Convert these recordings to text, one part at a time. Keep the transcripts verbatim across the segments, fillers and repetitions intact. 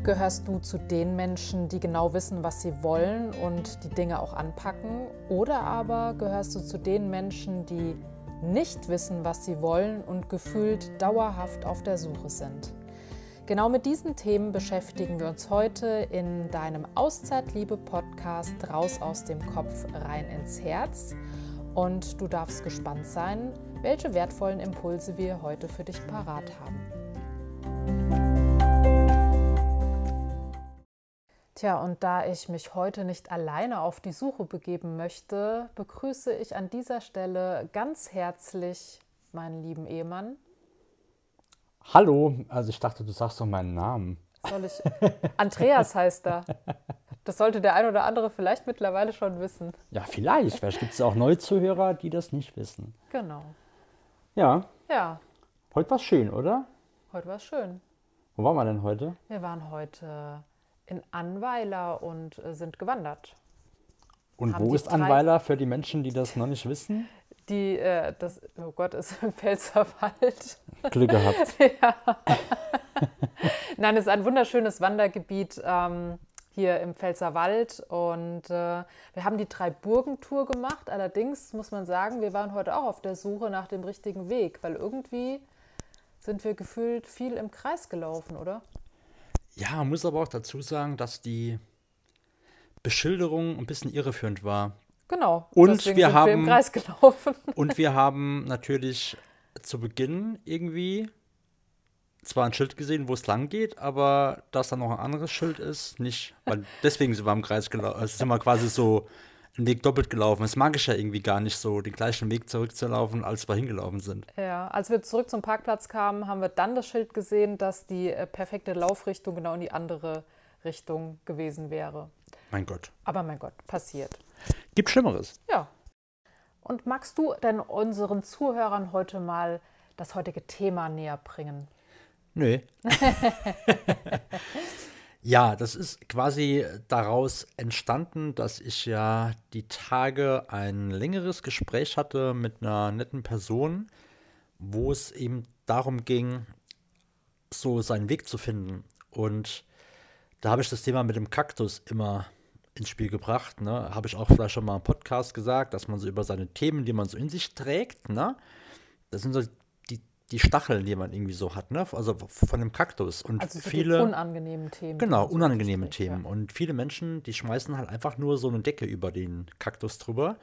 Gehörst du zu den Menschen, die genau wissen, was sie wollen und die Dinge auch anpacken? Oder aber gehörst du zu den Menschen, die nicht wissen, was sie wollen und gefühlt dauerhaft auf der Suche sind? Genau mit diesen Themen beschäftigen wir uns heute in deinem Auszeit-Liebe-Podcast Raus aus dem Kopf, rein ins Herz. Und du darfst gespannt sein, welche wertvollen Impulse wir heute für dich parat haben. Tja, und da ich mich heute nicht alleine auf die Suche begeben möchte, begrüße ich an dieser Stelle ganz herzlich meinen lieben Ehemann. Hallo, also ich dachte, du sagst doch meinen Namen. Soll ich? Andreas heißt er. Das sollte der ein oder andere vielleicht mittlerweile schon wissen. Ja, vielleicht. Vielleicht gibt es auch neue Zuhörer, die das nicht wissen. Genau. Ja. Ja. Heute war es schön, oder? Heute war es schön. Wo waren wir denn heute? Wir waren heute in Annweiler und äh, sind gewandert. Und Haben wo die ist drei- Annweiler für die Menschen, die das noch nicht wissen? Die, äh, das, oh Gott, ist im Pfälzerwald. Glück gehabt. Ja. Nein, es ist ein wunderschönes Wandergebiet ähm, hier im Pfälzerwald und äh, wir haben die Drei-Burgen-Tour gemacht. Allerdings muss man sagen, wir waren heute auch auf der Suche nach dem richtigen Weg, weil irgendwie sind wir gefühlt viel im Kreis gelaufen, oder? Ja, man muss aber auch dazu sagen, dass die Beschilderung ein bisschen irreführend war. Genau. Und deswegen wir sind haben- wir im Kreis gelaufen. Und wir haben natürlich zu Beginn irgendwie zwar ein Schild gesehen, wo es lang geht, aber dass da noch ein anderes Schild ist, nicht. Weil deswegen sind wir im Kreis gelaufen. Also sind wir quasi so einen Weg doppelt gelaufen. Das mag ich ja irgendwie gar nicht so, den gleichen Weg zurückzulaufen, als wir hingelaufen sind. Ja, als wir zurück zum Parkplatz kamen, haben wir dann das Schild gesehen, dass die äh, perfekte Laufrichtung genau in die andere Richtung gewesen wäre. Mein Gott. Aber mein Gott, passiert. Gibt Schlimmeres. Ja. Und magst du denn unseren Zuhörern heute mal das heutige Thema näher bringen? Nö. Ja, das ist quasi daraus entstanden, dass ich ja die Tage ein längeres Gespräch hatte mit einer netten Person, wo es eben darum ging, so seinen Weg zu finden. Und da habe ich das Thema mit dem Kaktus immer ins Spiel gebracht. Ne? Habe ich auch vielleicht schon mal im Podcast gesagt, dass man so über seine Themen, die man so in sich trägt, ne? Das sind so die, die Stacheln, die man irgendwie so hat, ne? Also von dem Kaktus. Und Also so viele, die unangenehmen Themen. die genau, man so unangenehme mit sich trägt, Themen. Und viele Menschen, die schmeißen halt einfach nur so eine Decke über den Kaktus drüber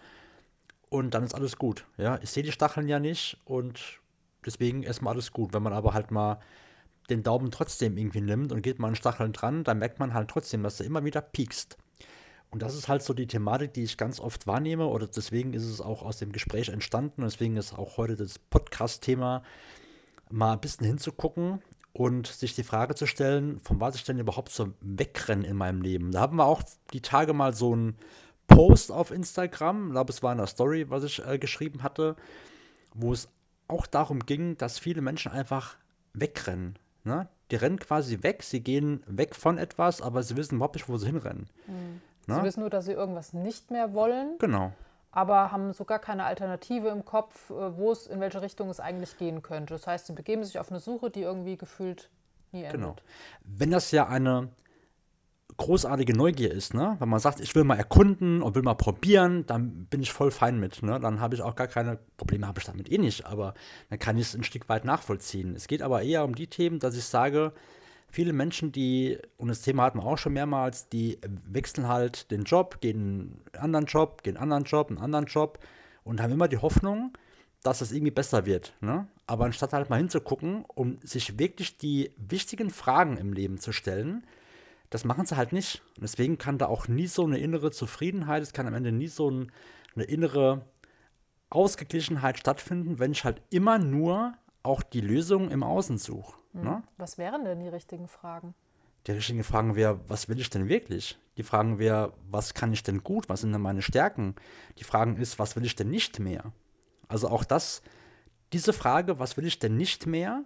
und dann ist alles gut. Ja, ich sehe die Stacheln ja nicht und deswegen erstmal alles gut. Wenn man aber halt mal den Daumen trotzdem irgendwie nimmt und geht mal an Stacheln dran, dann merkt man halt trotzdem, dass er immer wieder piekst. Und das ist halt so die Thematik, die ich ganz oft wahrnehme, oder deswegen ist es auch aus dem Gespräch entstanden und deswegen ist auch heute das Podcast-Thema, mal ein bisschen hinzugucken und sich die Frage zu stellen, von was ich denn überhaupt so wegrenne in meinem Leben. Da haben wir auch die Tage mal so einen Post auf Instagram, ich glaube, es war in der Story, was ich äh, geschrieben hatte, wo es auch darum ging, dass viele Menschen einfach wegrennen. Ne? Die rennen quasi weg, sie gehen weg von etwas, aber sie wissen überhaupt nicht, wo sie hinrennen. Mhm. Ne? Sie wissen nur, dass sie irgendwas nicht mehr wollen, Genau. aber haben so gar keine Alternative im Kopf, äh, wo es, in welche Richtung es eigentlich gehen könnte. Das heißt, sie begeben sich auf eine Suche, die irgendwie gefühlt nie endet. Genau. Wenn das ja eine großartige Neugier ist, ne? Wenn man sagt, ich will mal erkunden und will mal probieren, dann bin ich voll fein mit, ne? Dann habe ich auch gar keine Probleme, habe ich damit eh nicht, aber dann kann ich es ein Stück weit nachvollziehen. Es geht aber eher um die Themen, dass ich sage, viele Menschen, die, und das Thema hatten wir auch schon mehrmals, die wechseln halt den Job, gehen einen anderen Job, gehen einen anderen Job, einen anderen Job und haben immer die Hoffnung, dass es irgendwie besser wird, ne? Aber anstatt halt mal hinzugucken, um sich wirklich die wichtigen Fragen im Leben zu stellen, das machen sie halt nicht. Und deswegen kann da auch nie so eine innere Zufriedenheit, es kann am Ende nie so ein, eine innere Ausgeglichenheit stattfinden, wenn ich halt immer nur auch die Lösung im Außen suche. Mhm. Ne? Was wären denn die richtigen Fragen? Die richtigen Fragen wäre, was will ich denn wirklich? Die Fragen wäre, was kann ich denn gut? Was sind denn meine Stärken? Die Fragen ist, was will ich denn nicht mehr? Also auch das, diese Frage, was will ich denn nicht mehr,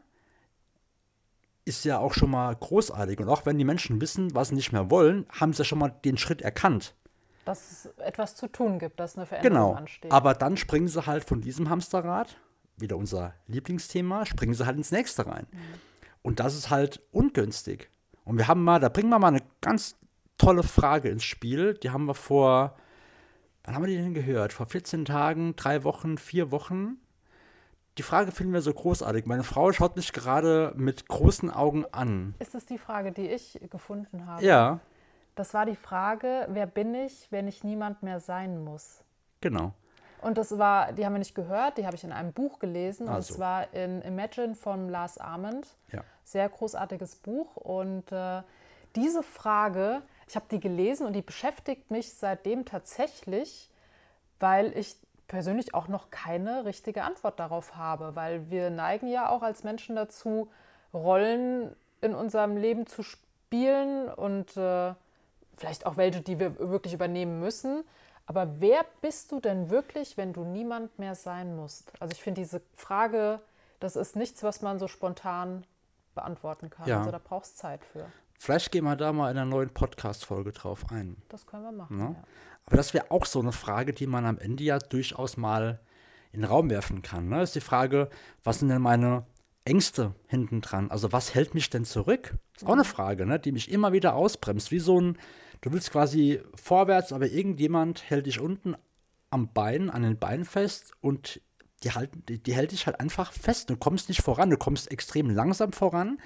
ist ja auch schon mal großartig. Und auch wenn die Menschen wissen, was sie nicht mehr wollen, haben sie ja schon mal den Schritt erkannt. Dass es etwas zu tun gibt, dass eine Veränderung Genau. ansteht. Aber dann springen sie halt von diesem Hamsterrad, wieder unser Lieblingsthema, springen sie halt ins nächste rein. Mhm. Und das ist halt ungünstig. Und wir haben mal, da bringen wir mal eine ganz tolle Frage ins Spiel. Die haben wir vor, wann haben wir die denn gehört? Vor vierzehn Tagen, drei Wochen, vier Wochen. Die Frage finden wir so großartig. Meine Frau schaut mich gerade mit großen Augen an. Ist es die Frage, die ich gefunden habe? Ja, Das war die Frage, wer bin ich, wenn ich niemand mehr sein muss? genau. Und das war, die haben wir nicht gehört, die habe ich in einem Buch gelesen. Und Also. es war in Imagine von Lars Ament. Ja. Sehr großartiges Buch. Und äh, diese Frage, ich habe die gelesen und die beschäftigt mich seitdem tatsächlich, weil ich persönlich auch noch keine richtige Antwort darauf habe. Weil wir neigen ja auch als Menschen dazu, Rollen in unserem Leben zu spielen und äh, vielleicht auch welche, die wir wirklich übernehmen müssen. Aber wer bist du denn wirklich, wenn du niemand mehr sein musst? Also ich finde diese Frage, das ist nichts, was man so spontan beantworten kann. Ja. Also da brauchst Zeit für. Vielleicht gehen wir da mal in einer neuen Podcast-Folge drauf ein. Das können wir machen. Ja. Ja. Aber das wäre auch so eine Frage, die man am Ende ja durchaus mal in den Raum werfen kann. Ne? Das ist die Frage, was sind denn meine Ängste hinten dran? Also was hält mich denn zurück? Das ist auch eine Frage, ne? Die mich immer wieder ausbremst. Wie so ein, du willst quasi vorwärts, aber irgendjemand hält dich unten am Bein, an den Beinen fest und die, halten, die, die hält dich halt einfach fest. Du kommst nicht voran, du kommst extrem langsam voran.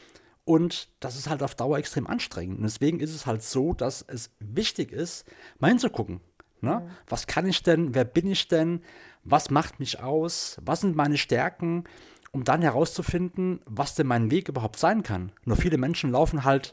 Und das ist halt auf Dauer extrem anstrengend. Und deswegen ist es halt so, dass es wichtig ist, mal hinzugucken. Ne? Mhm. Was kann ich denn? Wer bin ich denn? Was macht mich aus? Was sind meine Stärken? Um dann herauszufinden, was denn mein Weg überhaupt sein kann. Nur viele Menschen laufen halt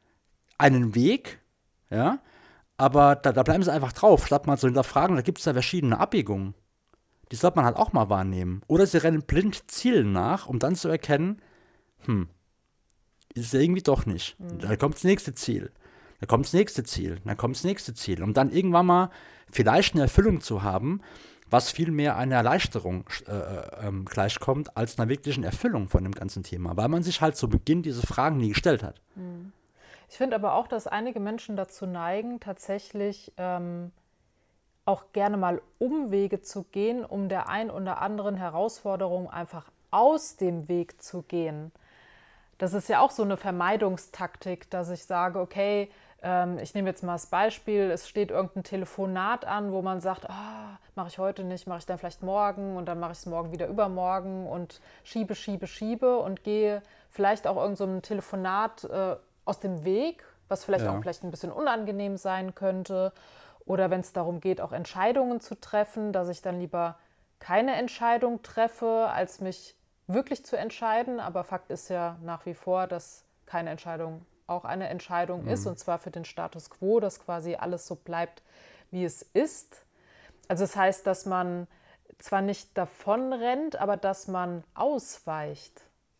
einen Weg, ja, aber da, da bleiben sie einfach drauf, statt mal zu hinterfragen, da gibt es da verschiedene Abbiegungen. Die sollte man halt auch mal wahrnehmen. Oder sie rennen blind Zielen nach, um dann zu erkennen, hm, ist es irgendwie doch nicht. Mhm. Dann kommt das nächste Ziel. Dann kommt das nächste Ziel. Dann kommt das nächste Ziel. Um dann irgendwann mal vielleicht eine Erfüllung zu haben, was viel mehr einer Erleichterung äh, ähm, gleichkommt, als einer wirklichen Erfüllung von dem ganzen Thema. Weil man sich halt zu Beginn diese Fragen nie gestellt hat. Mhm. Ich finde aber auch, dass einige Menschen dazu neigen, tatsächlich ähm, auch gerne mal Umwege zu gehen, um der ein oder anderen Herausforderung einfach aus dem Weg zu gehen. Das ist ja auch so eine Vermeidungstaktik, dass ich sage, okay, ähm, ich nehme jetzt mal das Beispiel, es steht irgendein Telefonat an, wo man sagt, ah, mache ich heute nicht, mache ich dann vielleicht morgen und dann mache ich es morgen wieder übermorgen und schiebe, schiebe, schiebe und gehe vielleicht auch irgend so ein Telefonat äh, aus dem Weg, was vielleicht Ja. auch vielleicht ein bisschen unangenehm sein könnte. Oder wenn es darum geht, auch Entscheidungen zu treffen, dass ich dann lieber keine Entscheidung treffe, als mich wirklich zu entscheiden. Aber Fakt ist ja nach wie vor, dass keine Entscheidung auch eine Entscheidung Mhm. ist. Und zwar für den Status quo, dass quasi alles so bleibt, wie es ist. Also das heißt, dass man zwar nicht davon rennt, aber dass man ausweicht.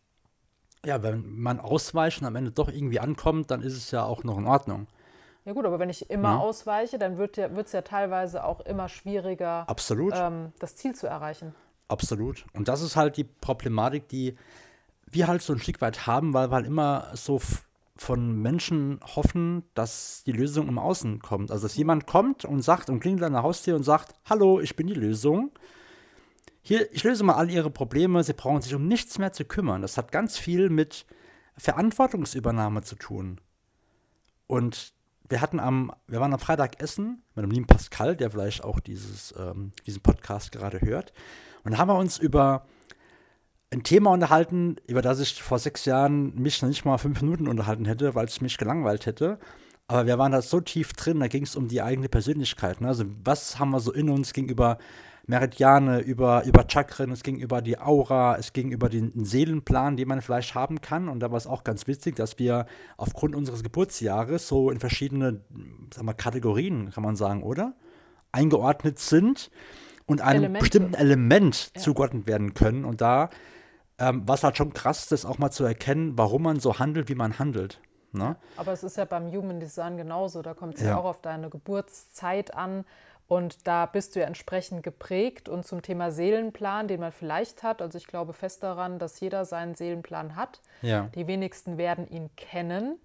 Ja, wenn man ausweicht und am Ende doch irgendwie ankommt, dann ist es ja auch noch in Ordnung. Ja gut, aber wenn ich immer Ja. ausweiche, dann wird ja, wird es ja teilweise auch immer schwieriger, Absolut. ähm, das Ziel zu erreichen. Absolut. Und das ist halt die Problematik, die wir halt so ein Stück weit haben, weil wir halt immer so f- von Menschen hoffen, dass die Lösung im Außen kommt. Also, dass jemand kommt und sagt und klingelt an der Haustür und sagt, hallo, ich bin die Lösung. Hier, ich löse mal all Ihre Probleme, Sie brauchen sich um nichts mehr zu kümmern. Das hat ganz viel mit Verantwortungsübernahme zu tun. Und wir hatten am, wir waren am Freitag essen mit dem lieben Pascal, der vielleicht auch dieses, ähm, diesen Podcast gerade hört. Und da haben wir uns über ein Thema unterhalten, über das ich vor sechs Jahren mich noch nicht mal fünf Minuten unterhalten hätte, weil es mich gelangweilt hätte. Aber wir waren da so tief drin, da ging es um die eigene Persönlichkeit. Ne? Also was haben wir so in uns gegenüber Meridiane, über, über Chakren, es ging über die Aura, es ging über den Seelenplan, den man vielleicht haben kann. Und da war es auch ganz wichtig, dass wir aufgrund unseres Geburtsjahres so in verschiedene, sagen wir, Kategorien, kann man sagen, oder? Eingeordnet sind und einem Elemente. bestimmten Element Ja. zugeordnet werden können. Und da ähm, war es halt schon krass, das auch mal zu erkennen, warum man so handelt, wie man handelt. Ne? Aber es ist ja beim Human Design genauso. Da kommt es ja. Ja. auch auf deine Geburtszeit an. Und da bist du ja entsprechend geprägt. Und zum Thema Seelenplan, den man vielleicht hat, also ich glaube fest daran, dass jeder seinen Seelenplan hat. Ja. Die wenigsten werden ihn kennen.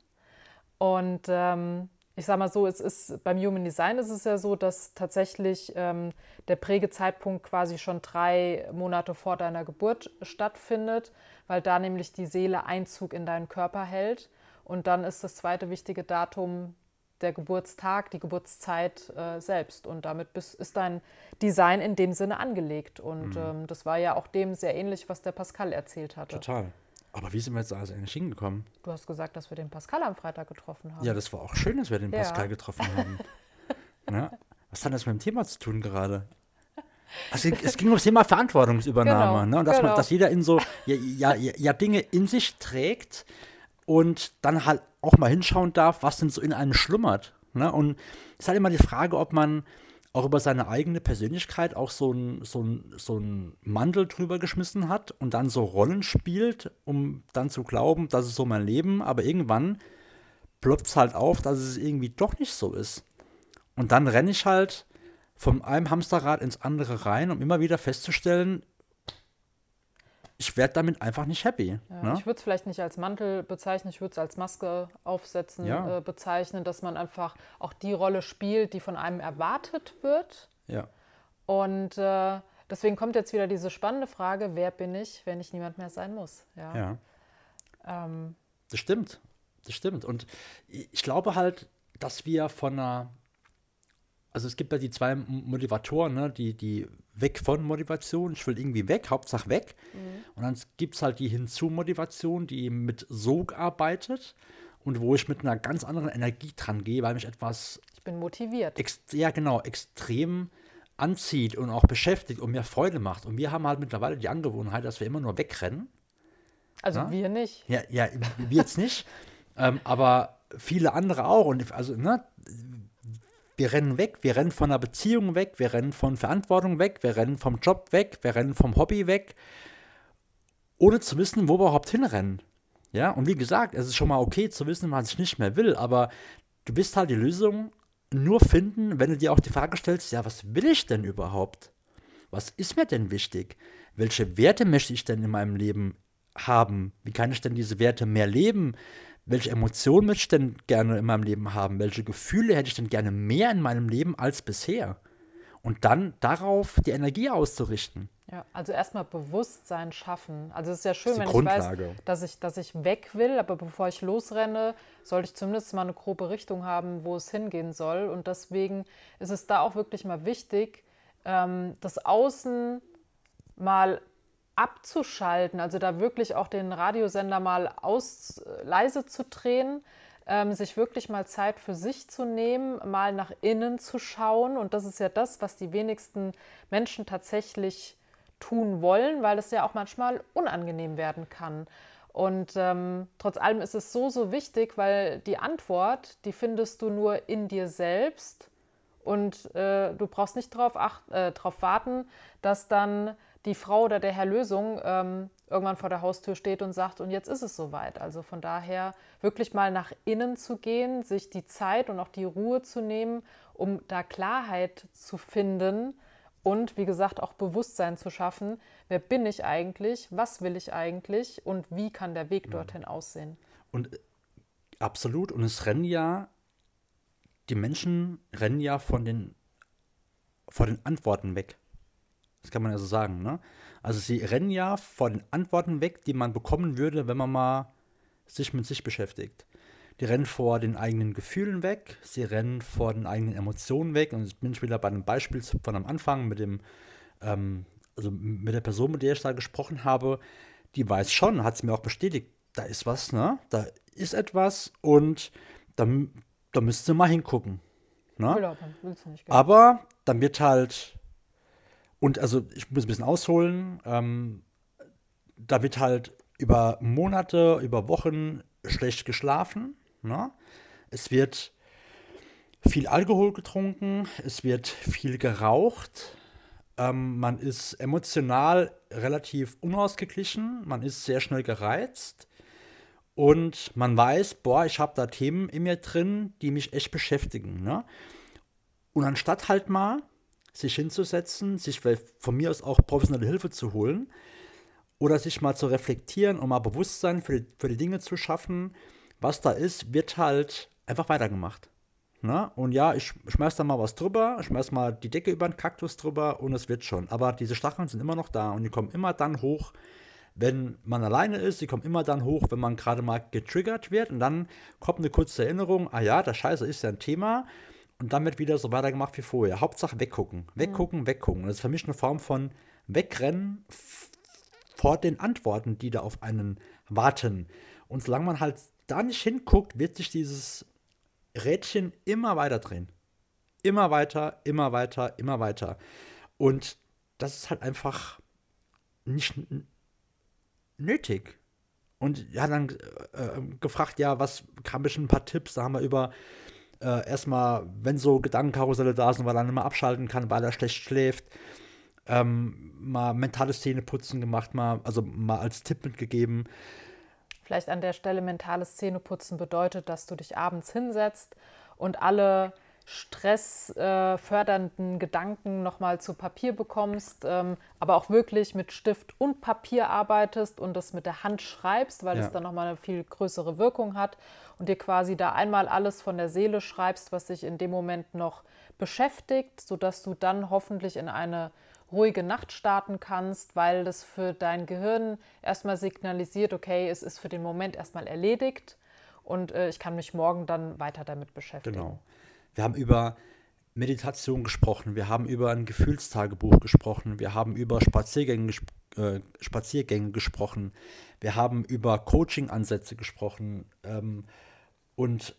Und ähm, ich sage mal so, es ist beim Human Design ist es ja so, dass tatsächlich ähm, der Prägezeitpunkt quasi schon drei Monate vor deiner Geburt stattfindet, weil da nämlich die Seele Einzug in deinen Körper hält. Und dann ist das zweite wichtige Datum der Geburtstag, die Geburtszeit äh, selbst. Und damit bist, ist dein Design in dem Sinne angelegt. Und mhm. ähm, das war ja auch dem sehr ähnlich, was der Pascal erzählt hatte. Total. Aber wie sind wir jetzt also eigentlich hingekommen? Du hast gesagt, dass wir den Pascal am Freitag getroffen haben. Ja, das war auch schön, dass wir den ja. Pascal getroffen haben. Na? Was hat das mit dem Thema zu tun gerade? Also es ging um das Thema Verantwortungsübernahme. Genau, Ne? Und dass, genau. man, dass jeder in so ja, ja, ja Dinge in sich trägt und dann halt auch mal hinschauen darf, was denn so in einem schlummert. Ne? Und es ist halt immer die Frage, ob man auch über seine eigene Persönlichkeit auch so ein, so ein, so ein Mantel drüber geschmissen hat und dann so Rollen spielt, um dann zu glauben, das ist so mein Leben, aber irgendwann ploppt es halt auf, dass es irgendwie doch nicht so ist. Und dann renne ich halt von einem Hamsterrad ins andere rein, um immer wieder festzustellen, ich werde damit einfach nicht happy. Ja, ne? Ich würde es vielleicht nicht als Mantel bezeichnen, ich würde es als Maske aufsetzen Ja. äh, bezeichnen, dass man einfach auch die Rolle spielt, die von einem erwartet wird. Ja. Und äh, deswegen kommt jetzt wieder diese spannende Frage, wer bin ich, wenn ich niemand mehr sein muss? Ja. ja. Ähm, Das stimmt. Das stimmt. Und ich glaube halt, dass wir von einer, also es gibt ja die zwei Motivatoren, ne? die, die weg von Motivation, ich will irgendwie weg, Hauptsache weg. Mhm. Und dann gibt es halt die Hinzu-Motivation, die mit Sog arbeitet und wo ich mit einer ganz anderen Energie dran gehe, weil mich etwas ich bin motiviert. Ex- ja, genau, extrem anzieht und auch beschäftigt und mir Freude macht. Und wir haben halt mittlerweile die Angewohnheit, dass wir immer nur wegrennen. Also Na? wir nicht. Ja, ja, wir jetzt nicht, ähm, aber viele andere auch. Und also, ne, wir rennen weg, wir rennen von einer Beziehung weg, wir rennen von Verantwortung weg, wir rennen vom Job weg, wir rennen vom Hobby weg, ohne zu wissen, wo wir überhaupt hinrennen. Ja, und wie gesagt, es ist schon mal okay zu wissen, was ich nicht mehr will, aber du wirst halt die Lösung nur finden, wenn du dir auch die Frage stellst, ja, was will ich denn überhaupt? Was ist mir denn wichtig? Welche Werte möchte ich denn in meinem Leben haben? Wie kann ich denn diese Werte mehr leben? Welche Emotionen möchte ich denn gerne in meinem Leben haben? Welche Gefühle hätte ich denn gerne mehr in meinem Leben als bisher? Und dann darauf die Energie auszurichten. Ja, also erstmal Bewusstsein schaffen. Also es ist ja schön, Das ist die wenn ich Grundlage. weiß, dass ich, dass ich weg will, aber bevor ich losrenne, sollte ich zumindest mal eine grobe Richtung haben, wo es hingehen soll. Und deswegen ist es da auch wirklich mal wichtig, ähm, das Außen mal abzuschalten, also da wirklich auch den Radiosender mal aus, leise zu drehen, ähm, sich wirklich mal Zeit für sich zu nehmen, mal nach innen zu schauen. Und das ist ja das, was die wenigsten Menschen tatsächlich tun wollen, weil es ja auch manchmal unangenehm werden kann. Und ähm, trotz allem ist es so, so wichtig, weil die Antwort, die findest du nur in dir selbst. Und äh, du brauchst nicht darauf äh, drauf warten, dass dann die Frau oder der Herr Lösung ähm, irgendwann vor der Haustür steht und sagt, und jetzt ist es soweit. Also von daher wirklich mal nach innen zu gehen, sich die Zeit und auch die Ruhe zu nehmen, um da Klarheit zu finden und, wie gesagt, auch Bewusstsein zu schaffen. Wer bin ich eigentlich? Was will ich eigentlich? Und wie kann der Weg dorthin aussehen? Und äh, absolut. Und es rennen ja, die Menschen rennen ja von den, von den Antworten weg. Das kann man ja so sagen, ne? Also sie rennen ja vor den Antworten weg, die man bekommen würde, wenn man mal sich mit sich beschäftigt. Die rennen vor den eigenen Gefühlen weg, sie rennen vor den eigenen Emotionen weg. Und jetzt bin ich wieder bei einem Beispiel von am Anfang mit dem, ähm, also mit der Person, mit der ich da gesprochen habe, die weiß schon, hat es mir auch bestätigt, da ist was, ne? Da ist etwas und da, da müsst ihr mal hingucken. Ne? Genau, willst du nicht, genau. Aber dann wird halt. Und also, ich muss ein bisschen ausholen, ähm, da wird halt über Monate, über Wochen schlecht geschlafen. Ne? Es wird viel Alkohol getrunken, es wird viel geraucht, ähm, man ist emotional relativ unausgeglichen, man ist sehr schnell gereizt und man weiß, boah, ich habe da Themen in mir drin, die mich echt beschäftigen. Ne? Und anstatt halt mal sich hinzusetzen, sich von mir aus auch professionelle Hilfe zu holen oder sich mal zu reflektieren und mal Bewusstsein für die, für die Dinge zu schaffen, was da ist, wird halt einfach weitergemacht. Ne? Und ja, ich schmeiß da mal was drüber, ich schmeiß mal die Decke über den Kaktus drüber und es wird schon. Aber diese Stacheln sind immer noch da und die kommen immer dann hoch, wenn man alleine ist, die kommen immer dann hoch, wenn man gerade mal getriggert wird und dann kommt eine kurze Erinnerung, ah ja, das Scheiße ist ja ein Thema und dann wird wieder so weitergemacht wie vorher. Hauptsache weggucken, weggucken, mhm. weggucken. Das ist für mich eine Form von Wegrennen f- vor den Antworten, die da auf einen warten. Und solange man halt da nicht hinguckt, wird sich dieses Rädchen immer weiter drehen. Immer weiter, immer weiter, immer weiter. Und das ist halt einfach nicht n- nötig. Und ja, dann äh, gefragt, ja, was kam bestimmt ein paar Tipps, da haben wir über äh, erstmal, wenn so Gedankenkarusselle da sind, weil er nicht mehr abschalten kann, weil er schlecht schläft, ähm, mal mentales Zähneputzen gemacht, mal, also mal als Tipp mitgegeben. Vielleicht an der Stelle mentales Zähneputzen bedeutet, dass du dich abends hinsetzt und alle stressfördernden äh, Gedanken nochmal zu Papier bekommst, ähm, aber auch wirklich mit Stift und Papier arbeitest und das mit der Hand schreibst, weil Ja. es dann nochmal eine viel größere Wirkung hat und dir quasi da einmal alles von der Seele schreibst, was dich in dem Moment noch beschäftigt, sodass du dann hoffentlich in eine ruhige Nacht starten kannst, weil das für dein Gehirn erstmal signalisiert, okay, es ist für den Moment erstmal erledigt und äh, ich kann mich morgen dann weiter damit beschäftigen. Genau. Wir haben über Meditation gesprochen, wir haben über ein Gefühlstagebuch gesprochen, wir haben über Spaziergänge, gesp- äh, Spaziergänge gesprochen, wir haben über Coaching-Ansätze gesprochen ähm, und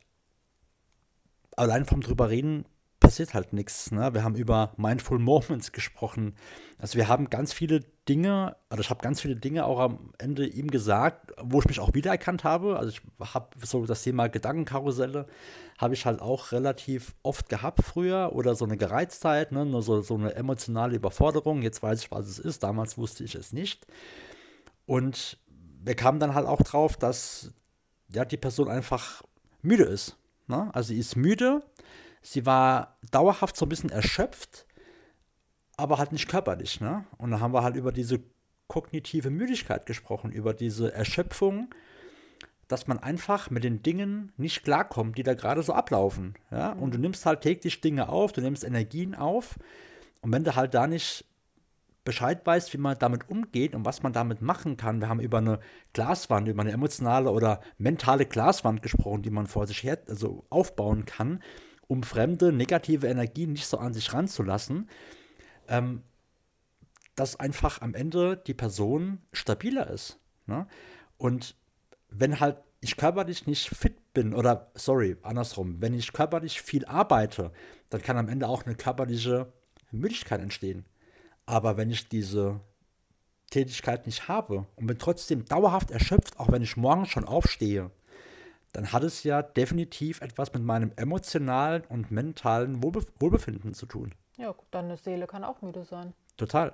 allein vom drüber reden passiert halt nichts. Ne? Wir haben über Mindful Moments gesprochen. Also wir haben ganz viele Dinge, also ich habe ganz viele Dinge auch am Ende ihm gesagt, wo ich mich auch wiedererkannt habe. Also ich habe so das Thema Gedankenkarusselle, habe ich halt auch relativ oft gehabt früher oder so eine Gereiztheit, ne? Nur so, so eine emotionale Überforderung. Jetzt weiß ich, was es ist. Damals wusste ich es nicht. Und wir kamen dann halt auch drauf, dass ja, die Person einfach müde ist. Ne? Also sie ist müde. Sie war dauerhaft so ein bisschen erschöpft, aber halt nicht körperlich. Ne? Und da haben wir halt über diese kognitive Müdigkeit gesprochen, über diese Erschöpfung, dass man einfach mit den Dingen nicht klarkommt, die da gerade so ablaufen. Ja? Und du nimmst halt täglich Dinge auf, du nimmst Energien auf. Und wenn du halt da nicht Bescheid weißt, wie man damit umgeht und was man damit machen kann. Wir haben über eine Glaswand, über eine emotionale oder mentale Glaswand gesprochen, die man vor sich her also aufbauen kann, um fremde, negative Energien nicht so an sich ranzulassen, ähm, dass einfach am Ende die Person stabiler ist. Ne? Und wenn halt ich körperlich nicht fit bin, oder sorry, andersrum, wenn ich körperlich viel arbeite, dann kann am Ende auch eine körperliche Müdigkeit entstehen. Aber wenn ich diese Tätigkeit nicht habe und bin trotzdem dauerhaft erschöpft, auch wenn ich morgens schon aufstehe, dann hat es ja definitiv etwas mit meinem emotionalen und mentalen Wohlbef- Wohlbefinden zu tun. Ja, deine Seele kann auch müde sein. Total.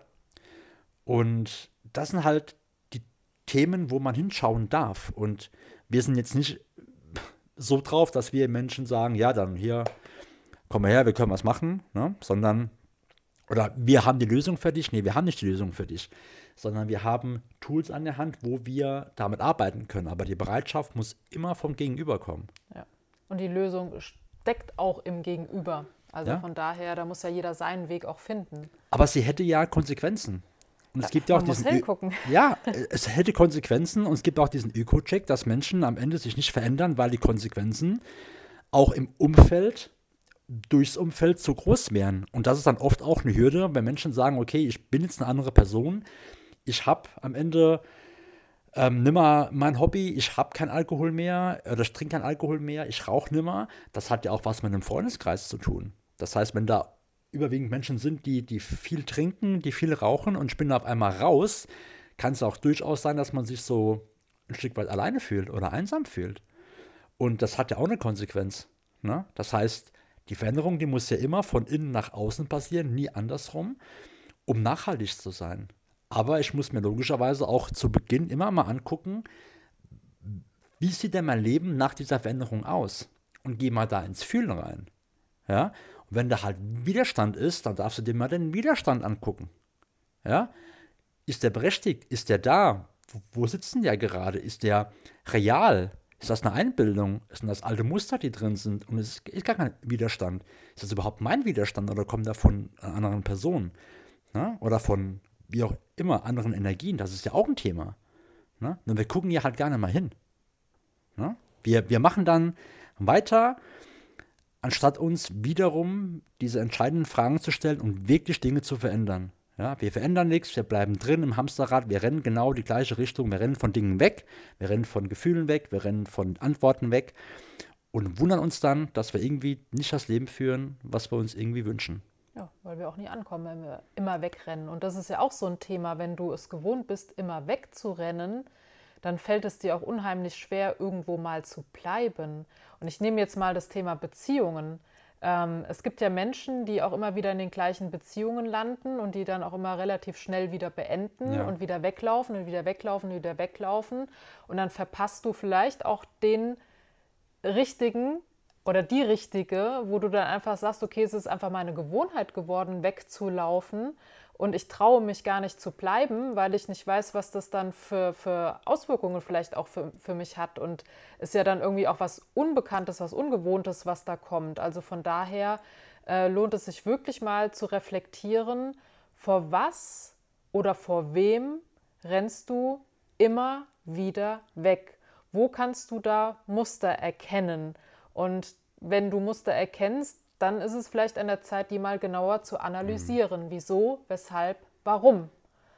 Und das sind halt die Themen, wo man hinschauen darf. Und wir sind jetzt nicht so drauf, dass wir Menschen sagen, ja, dann hier, komm mal her, wir können was machen, ne? Sondern, oder wir haben die Lösung für dich. Nee, wir haben nicht die Lösung für dich. Sondern wir haben Tools an der Hand, wo wir damit arbeiten können. Aber die Bereitschaft muss immer vom Gegenüber kommen. Ja. Und die Lösung steckt auch im Gegenüber. Also Ja. von daher, da muss ja jeder seinen Weg auch finden. Aber sie hätte ja Konsequenzen. Und es gibt ja auch Man muss diesen Ö- hingucken. Ja, es hätte Konsequenzen und es gibt auch diesen Öko-Check, dass Menschen am Ende sich nicht verändern, weil die Konsequenzen auch im Umfeld, durchs Umfeld zu groß wären. Und das ist dann oft auch eine Hürde, wenn Menschen sagen, okay, ich bin jetzt eine andere Person, ich habe am Ende ähm, nimmer mein Hobby, ich habe kein Alkohol mehr oder ich trinke kein Alkohol mehr, ich rauche nimmer. Das hat ja auch was mit einem Freundeskreis zu tun. Das heißt, wenn da überwiegend Menschen sind, die, die viel trinken, die viel rauchen und ich bin auf einmal raus, kann es auch durchaus sein, dass man sich so ein Stück weit alleine fühlt oder einsam fühlt. Und das hat ja auch eine Konsequenz. Ne? Das heißt, die Veränderung, die muss ja immer von innen nach außen passieren, nie andersrum, um nachhaltig zu sein. Aber ich muss mir logischerweise auch zu Beginn immer mal angucken, wie sieht denn mein Leben nach dieser Veränderung aus? Und geh mal da ins Fühlen rein. Ja? Und wenn da halt Widerstand ist, dann darfst du dir mal den Widerstand angucken. Ja? Ist der berechtigt? Ist der da? Wo, wo sitzt denn der gerade? Ist der real? Ist das eine Einbildung? Sind das alte Muster, die drin sind? Und es ist gar kein Widerstand. Ist das überhaupt mein Widerstand oder kommt der von einer anderen Person? Ja? Oder von, wie auch immer, anderen Energien? Das ist ja auch ein Thema. Ne? Nur wir gucken ja halt gerne mal hin. Ne? Wir, wir machen dann weiter, anstatt uns wiederum diese entscheidenden Fragen zu stellen und wirklich Dinge zu verändern. Ja, wir verändern nichts, wir bleiben drin im Hamsterrad, wir rennen genau die gleiche Richtung, wir rennen von Dingen weg, wir rennen von Gefühlen weg, wir rennen von Antworten weg und wundern uns dann, dass wir irgendwie nicht das Leben führen, was wir uns irgendwie wünschen. Ja, weil wir auch nie ankommen, wenn wir immer wegrennen. Und das ist ja auch so ein Thema, wenn du es gewohnt bist, immer wegzurennen, dann fällt es dir auch unheimlich schwer, irgendwo mal zu bleiben. Und ich nehme jetzt mal das Thema Beziehungen. Ähm, es gibt ja Menschen, die auch immer wieder in den gleichen Beziehungen landen und die dann auch immer relativ schnell wieder beenden Ja. und wieder weglaufen und wieder weglaufen und wieder weglaufen. Und dann verpasst du vielleicht auch den richtigen oder die richtige, wo du dann einfach sagst, okay, es ist einfach meine Gewohnheit geworden, wegzulaufen und ich traue mich gar nicht zu bleiben, weil ich nicht weiß, was das dann für, für Auswirkungen vielleicht auch für, für mich hat und ist ja dann irgendwie auch was Unbekanntes, was Ungewohntes, was da kommt. Also von daher äh, lohnt es sich wirklich mal zu reflektieren, vor was oder vor wem rennst du immer wieder weg? Wo kannst du da Muster erkennen? Und wenn du Muster erkennst, dann ist es vielleicht an der Zeit, die mal genauer zu analysieren. Mhm. Wieso, weshalb, warum?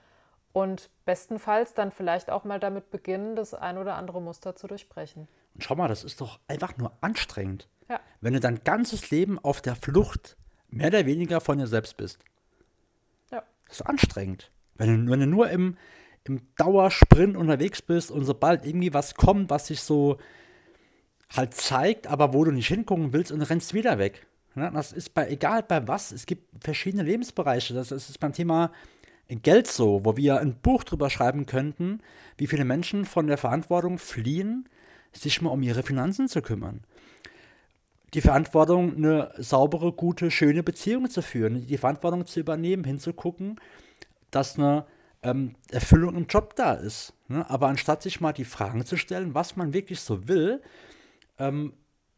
Und bestenfalls dann vielleicht auch mal damit beginnen, das ein oder andere Muster zu durchbrechen. Und schau mal, das ist doch einfach nur anstrengend. Ja. Wenn du dein ganzes Leben auf der Flucht mehr oder weniger von dir selbst bist. Ja. Das ist anstrengend. Wenn du, wenn du nur im, im Dauersprint unterwegs bist und sobald irgendwie was kommt, was sich so halt zeigt, aber wo du nicht hingucken willst und rennst wieder weg. Ja, das ist bei, egal bei was, es gibt verschiedene Lebensbereiche. Das, das ist beim Thema Geld so, wo wir ein Buch drüber schreiben könnten, wie viele Menschen von der Verantwortung fliehen, sich mal um ihre Finanzen zu kümmern. Die Verantwortung, eine saubere, gute, schöne Beziehung zu führen, die Verantwortung zu übernehmen, hinzugucken, dass eine ähm, Erfüllung im Job da ist. Ne? Aber anstatt sich mal die Fragen zu stellen, was man wirklich so will, ähm,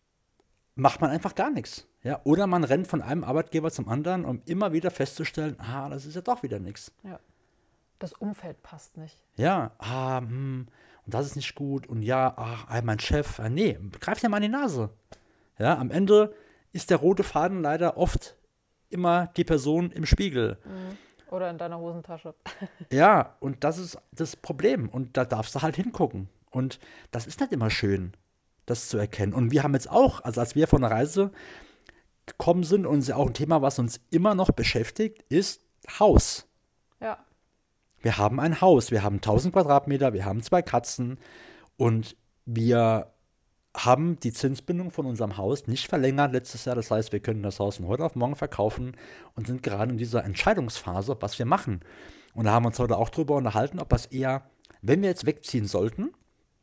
macht man einfach gar nichts. Ja? Oder man rennt von einem Arbeitgeber zum anderen, um immer wieder festzustellen, ah, das ist ja doch wieder nichts. Ja. Das Umfeld passt nicht. Ja, ah, hm, und das ist nicht gut. Und ja, ach, mein Chef, ah, nee, greift ja mal in die Nase. Ja, am Ende ist der rote Faden leider oft immer die Person im Spiegel. Oder in deiner Hosentasche. Ja, und das ist das Problem. Und da darfst du halt hingucken. Und das ist nicht immer schön, das zu erkennen. Und wir haben jetzt auch, also als wir von der Reise gekommen sind, und es ist ja auch ein Thema, was uns immer noch beschäftigt, ist Haus. Ja. Wir haben ein Haus, wir haben tausend Quadratmeter, wir haben zwei Katzen und wir haben die Zinsbindung von unserem Haus nicht verlängert letztes Jahr. Das heißt, wir können das Haus von heute auf morgen verkaufen und sind gerade in dieser Entscheidungsphase, was wir machen. Und da haben wir uns heute auch drüber unterhalten, ob das eher, wenn wir jetzt wegziehen sollten,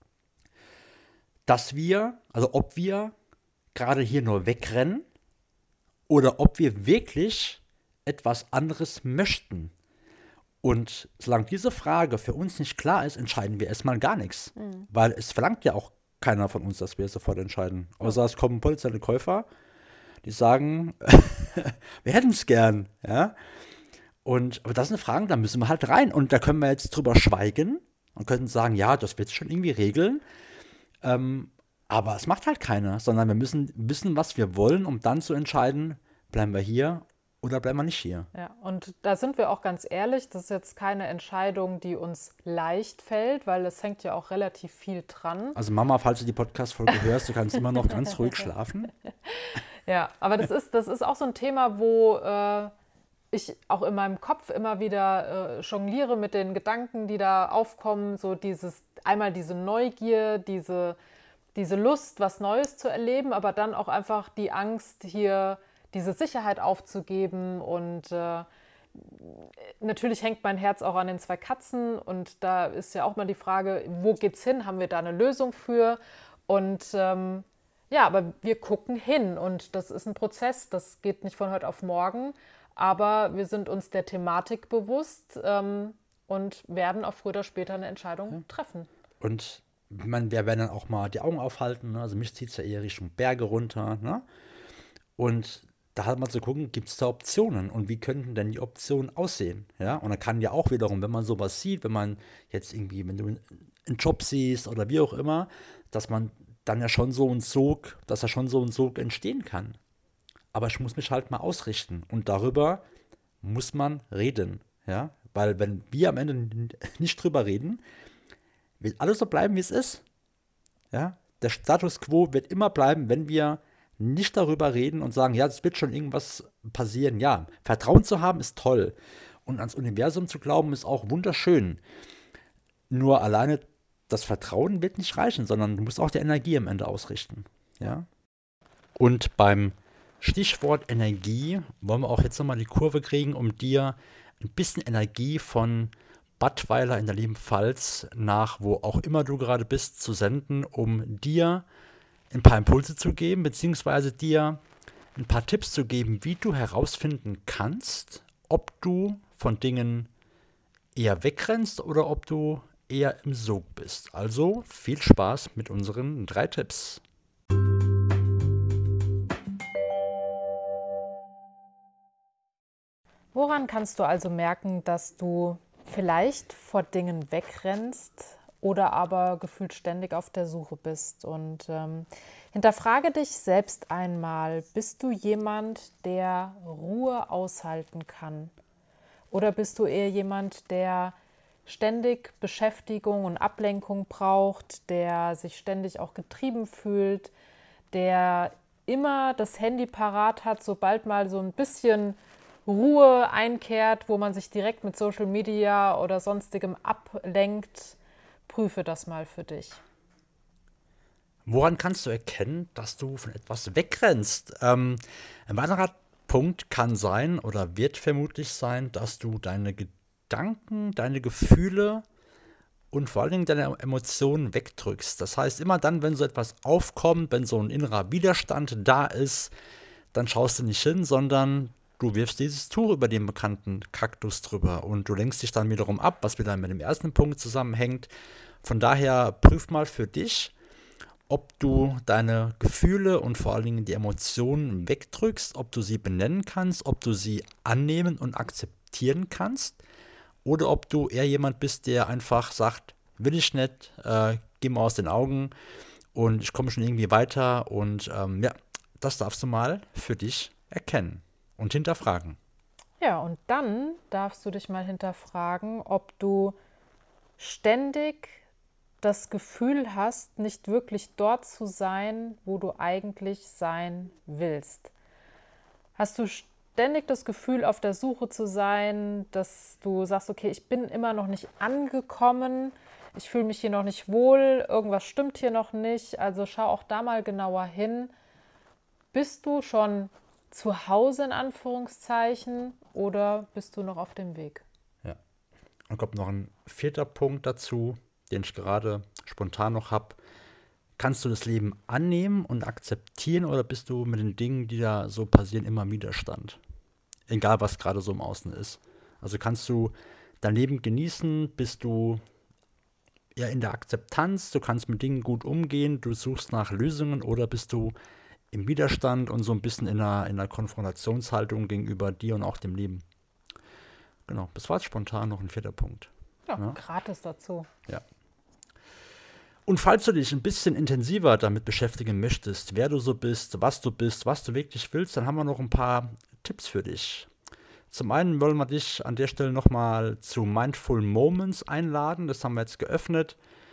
dass wir, also ob wir gerade hier nur wegrennen oder ob wir wirklich etwas anderes möchten. Und solange diese Frage für uns nicht klar ist, entscheiden wir erstmal gar nichts. Mhm. Weil es verlangt ja auch keiner von uns, dass wir sofort entscheiden. Außer es kommen potenzielle Käufer, die sagen, wir hätten es gern. Ja? Und, aber das sind Fragen, da müssen wir halt rein. Und da können wir jetzt drüber schweigen und können sagen, ja, das wird schon irgendwie regeln. Ähm, aber es macht halt keiner, sondern wir müssen wissen, was wir wollen, um dann zu entscheiden, bleiben wir hier oder bleiben wir nicht hier. Ja, und da sind wir auch ganz ehrlich, das ist jetzt keine Entscheidung, die uns leicht fällt, weil es hängt ja auch relativ viel dran. Also Mama, falls du die Podcast-Folge hörst, du kannst immer noch ganz ruhig schlafen. Ja, aber das ist, das ist auch so ein Thema, wo äh, ich auch in meinem Kopf immer wieder äh, jongliere mit den Gedanken, die da aufkommen, so dieses, einmal diese Neugier, diese, diese Lust, was Neues zu erleben, aber dann auch einfach die Angst, hier diese Sicherheit aufzugeben und äh, natürlich hängt mein Herz auch an den zwei Katzen und da ist ja auch mal die Frage, wo geht's hin? Haben wir da eine Lösung für? Und ähm, ja, aber wir gucken hin und das ist ein Prozess, das geht nicht von heute auf morgen, aber wir sind uns der Thematik bewusst ähm, und werden auch früher oder später eine Entscheidung ja. treffen. Und man, wir werden dann auch mal die Augen aufhalten, ne? Also mich zieht es ja eher Richtung Berge runter, ne? Und da halt mal zu gucken, gibt es da Optionen und wie könnten denn die Optionen aussehen? Ja, und dann kann ja auch wiederum, wenn man sowas sieht, wenn man jetzt irgendwie, wenn du einen Job siehst oder wie auch immer, dass man dann ja schon so ein Sog, dass da schon so ein Sog entstehen kann. Aber ich muss mich halt mal ausrichten und darüber muss man reden, ja, weil wenn wir am Ende n- nicht drüber reden, wird alles so bleiben, wie es ist, ja. Der Status quo wird immer bleiben, wenn wir nicht darüber reden und sagen, ja, es wird schon irgendwas passieren. Ja, Vertrauen zu haben ist toll und ans Universum zu glauben ist auch wunderschön. Nur alleine das Vertrauen wird nicht reichen, sondern du musst auch die Energie am Ende ausrichten. Ja? Und beim Stichwort Energie wollen wir auch jetzt nochmal die Kurve kriegen, um dir ein bisschen Energie von Battweiler in der lieben Pfalz nach wo auch immer du gerade bist zu senden, um dir ein paar Impulse zu geben, beziehungsweise dir ein paar Tipps zu geben, wie du herausfinden kannst, ob du von Dingen eher wegrennst oder ob du eher im Sog bist. Also viel Spaß mit unseren drei Tipps. Woran kannst du also merken, dass du vielleicht vor Dingen wegrennst oder aber gefühlt ständig auf der Suche bist? Und ähm, hinterfrage dich selbst einmal, bist du jemand, der Ruhe aushalten kann? Oder bist du eher jemand, der ständig Beschäftigung und Ablenkung braucht, der sich ständig auch getrieben fühlt, der immer das Handy parat hat, sobald mal so ein bisschen Ruhe einkehrt, wo man sich direkt mit Social Media oder sonstigem ablenkt? Prüfe das mal für dich. Woran kannst du erkennen, dass du von etwas wegrennst? Ähm, ein weiterer Punkt kann sein oder wird vermutlich sein, dass du deine Gedanken, deine Gefühle und vor allen Dingen deine Emotionen wegdrückst. Das heißt, immer dann, wenn so etwas aufkommt, wenn so ein innerer Widerstand da ist, dann schaust du nicht hin, sondern du wirfst dieses Tuch über den bekannten Kaktus drüber und du lenkst dich dann wiederum ab, was wieder mit dem ersten Punkt zusammenhängt. Von daher prüf mal für dich, ob du deine Gefühle und vor allen Dingen die Emotionen wegdrückst, ob du sie benennen kannst, ob du sie annehmen und akzeptieren kannst oder ob du eher jemand bist, der einfach sagt, will ich nicht, äh, geh mal aus den Augen und ich komme schon irgendwie weiter und ähm, ja, das darfst du mal für dich erkennen und hinterfragen. Ja, und dann darfst du dich mal hinterfragen, ob du ständig das Gefühl hast, nicht wirklich dort zu sein, wo du eigentlich sein willst. Hast du ständig das Gefühl, auf der Suche zu sein, dass du sagst, okay, ich bin immer noch nicht angekommen, ich fühle mich hier noch nicht wohl, irgendwas stimmt hier noch nicht, also schau auch da mal genauer hin. Bist du schon zu Hause in Anführungszeichen oder bist du noch auf dem Weg? Ja. Und kommt noch ein vierter Punkt dazu, den ich gerade spontan noch habe. Kannst du das Leben annehmen und akzeptieren oder bist du mit den Dingen, die da so passieren, immer im Widerstand? Egal, was gerade so im Außen ist. Also kannst du dein Leben genießen, bist du eher in der Akzeptanz, du kannst mit Dingen gut umgehen, du suchst nach Lösungen oder bist du im Widerstand und so ein bisschen in einer, in einer Konfrontationshaltung gegenüber dir und auch dem Leben. Genau, das war jetzt spontan noch ein vierter Punkt. Ja, Ja. gratis dazu. Ja. Und falls du dich ein bisschen intensiver damit beschäftigen möchtest, wer du so bist, was du bist, was du wirklich willst, dann haben wir noch ein paar Tipps für dich. Zum einen wollen wir dich an der Stelle nochmal zu Mindful Moments einladen. Das haben wir jetzt geöffnet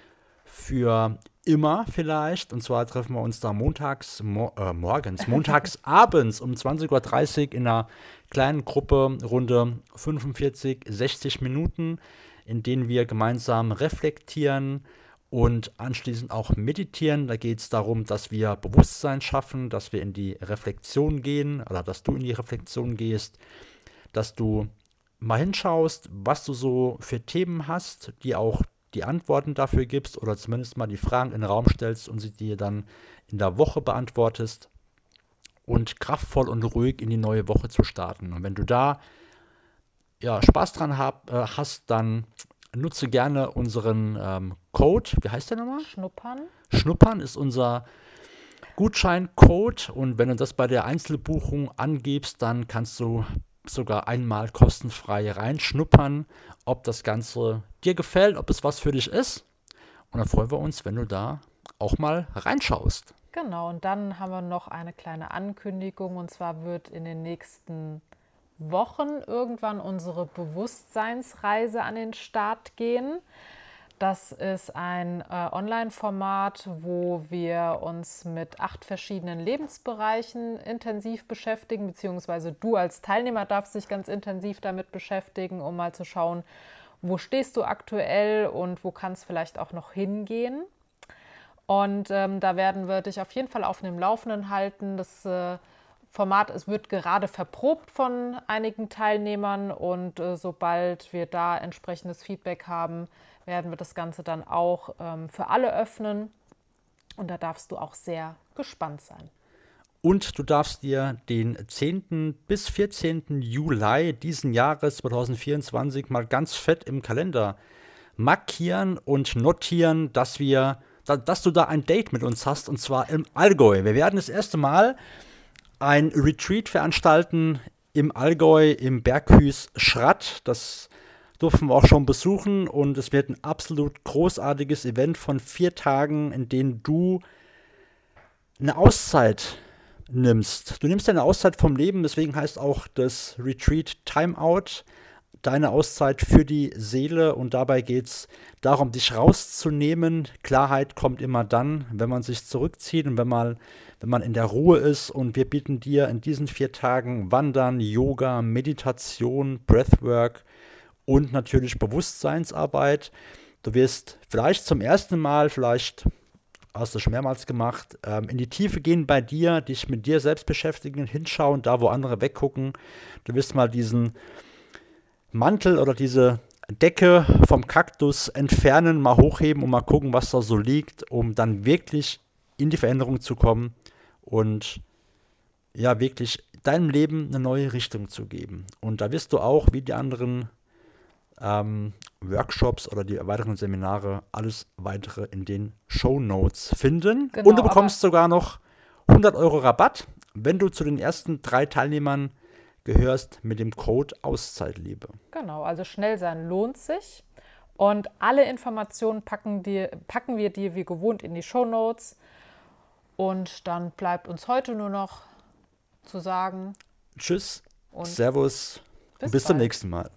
für immer vielleicht. Und zwar treffen wir uns da montags, mo äh, morgens, montags abends um zwanzig Uhr dreißig in einer kleinen Gruppe, Runde fünfundvierzig, sechzig Minuten, in denen wir gemeinsam reflektieren und anschließend auch meditieren. Da geht es darum, dass wir Bewusstsein schaffen, dass wir in die Reflexion gehen oder dass du in die Reflexion gehst, dass du mal hinschaust, was du so für Themen hast, die auch die Antworten dafür gibst oder zumindest mal die Fragen in den Raum stellst und sie dir dann in der Woche beantwortest und kraftvoll und ruhig in die neue Woche zu starten. Und wenn du da ja, Spaß dran hab, äh, hast, dann nutze gerne unseren ähm, Code. Wie heißt der nochmal? Schnuppern. Schnuppern ist unser Gutscheincode und wenn du das bei der Einzelbuchung angibst, dann kannst du sogar einmal kostenfrei reinschnuppern, ob das Ganze dir gefällt, ob es was für dich ist. Und dann freuen wir uns, wenn du da auch mal reinschaust. Genau, und dann haben wir noch eine kleine Ankündigung. Und zwar wird in den nächsten Wochen irgendwann unsere Bewusstseinsreise an den Start gehen. Das ist ein äh, Online-Format, wo wir uns mit acht verschiedenen Lebensbereichen intensiv beschäftigen, beziehungsweise du als Teilnehmer darfst dich ganz intensiv damit beschäftigen, um mal zu schauen, wo stehst du aktuell und wo kann es vielleicht auch noch hingehen. Und ähm, da werden wir dich auf jeden Fall auf dem Laufenden halten. Das äh, Format es wird gerade verprobt von einigen Teilnehmern und äh, sobald wir da entsprechendes Feedback haben, werden wir das Ganze dann auch ähm, für alle öffnen. Und da darfst du auch sehr gespannt sein. Und du darfst dir den zehnten bis vierzehnten Juli diesen Jahres zwanzig vierundzwanzig mal ganz fett im Kalender markieren und notieren, dass wir, dass du da ein Date mit uns hast, und zwar im Allgäu. Wir werden das erste Mal ein Retreat veranstalten im Allgäu, im Berghüs Schratt. Das durften wir auch schon besuchen und es wird ein absolut großartiges Event von vier Tagen, in denen du eine Auszeit nimmst. Du nimmst eine Auszeit vom Leben, deswegen heißt auch das Retreat Timeout, deine Auszeit für die Seele, und dabei geht es darum, dich rauszunehmen. Klarheit kommt immer dann, wenn man sich zurückzieht und wenn man, wenn man in der Ruhe ist, und wir bieten dir in diesen vier Tagen Wandern, Yoga, Meditation, Breathwork und natürlich Bewusstseinsarbeit. Du wirst vielleicht zum ersten Mal, vielleicht hast du schon mehrmals gemacht, ähm, in die Tiefe gehen bei dir, dich mit dir selbst beschäftigen, hinschauen, da wo andere weggucken. Du wirst mal diesen Mantel oder diese Decke vom Kaktus entfernen, mal hochheben und mal gucken, was da so liegt, um dann wirklich in die Veränderung zu kommen und ja, wirklich deinem Leben eine neue Richtung zu geben. Und da wirst du auch, wie die anderen ähm, Workshops oder die weiteren Seminare, alles weitere in den Shownotes finden. Genau, und du bekommst sogar noch hundert Euro Rabatt, wenn du zu den ersten drei Teilnehmern gehörst mit dem Code Auszeitliebe. Genau, also schnell sein lohnt sich. Und alle Informationen packen, dir, packen wir dir wie gewohnt in die Shownotes. Und dann bleibt uns heute nur noch zu sagen: Tschüss, und Servus bis und bis bald. zum nächsten Mal.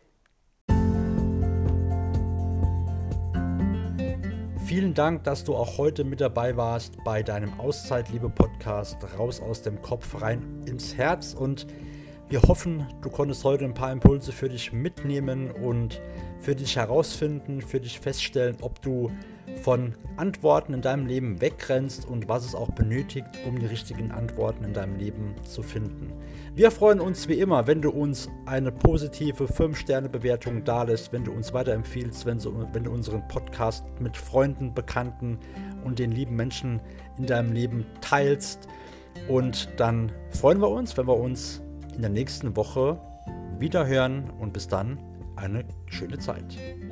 Vielen Dank, dass du auch heute mit dabei warst bei deinem Auszeitliebe-Podcast Raus aus dem Kopf, rein ins Herz. Und wir hoffen, du konntest heute ein paar Impulse für dich mitnehmen und für dich herausfinden, für dich feststellen, ob du von Antworten in deinem Leben wegrennst und was es auch benötigt, um die richtigen Antworten in deinem Leben zu finden. Wir freuen uns wie immer, wenn du uns eine positive fünf Sterne Bewertung dalässt, wenn du uns weiterempfiehlst, wenn du, wenn du unseren Podcast mit Freunden, Bekannten und den lieben Menschen in deinem Leben teilst. Und dann freuen wir uns, wenn wir uns in der nächsten Woche wieder hören, und bis dann eine schöne Zeit.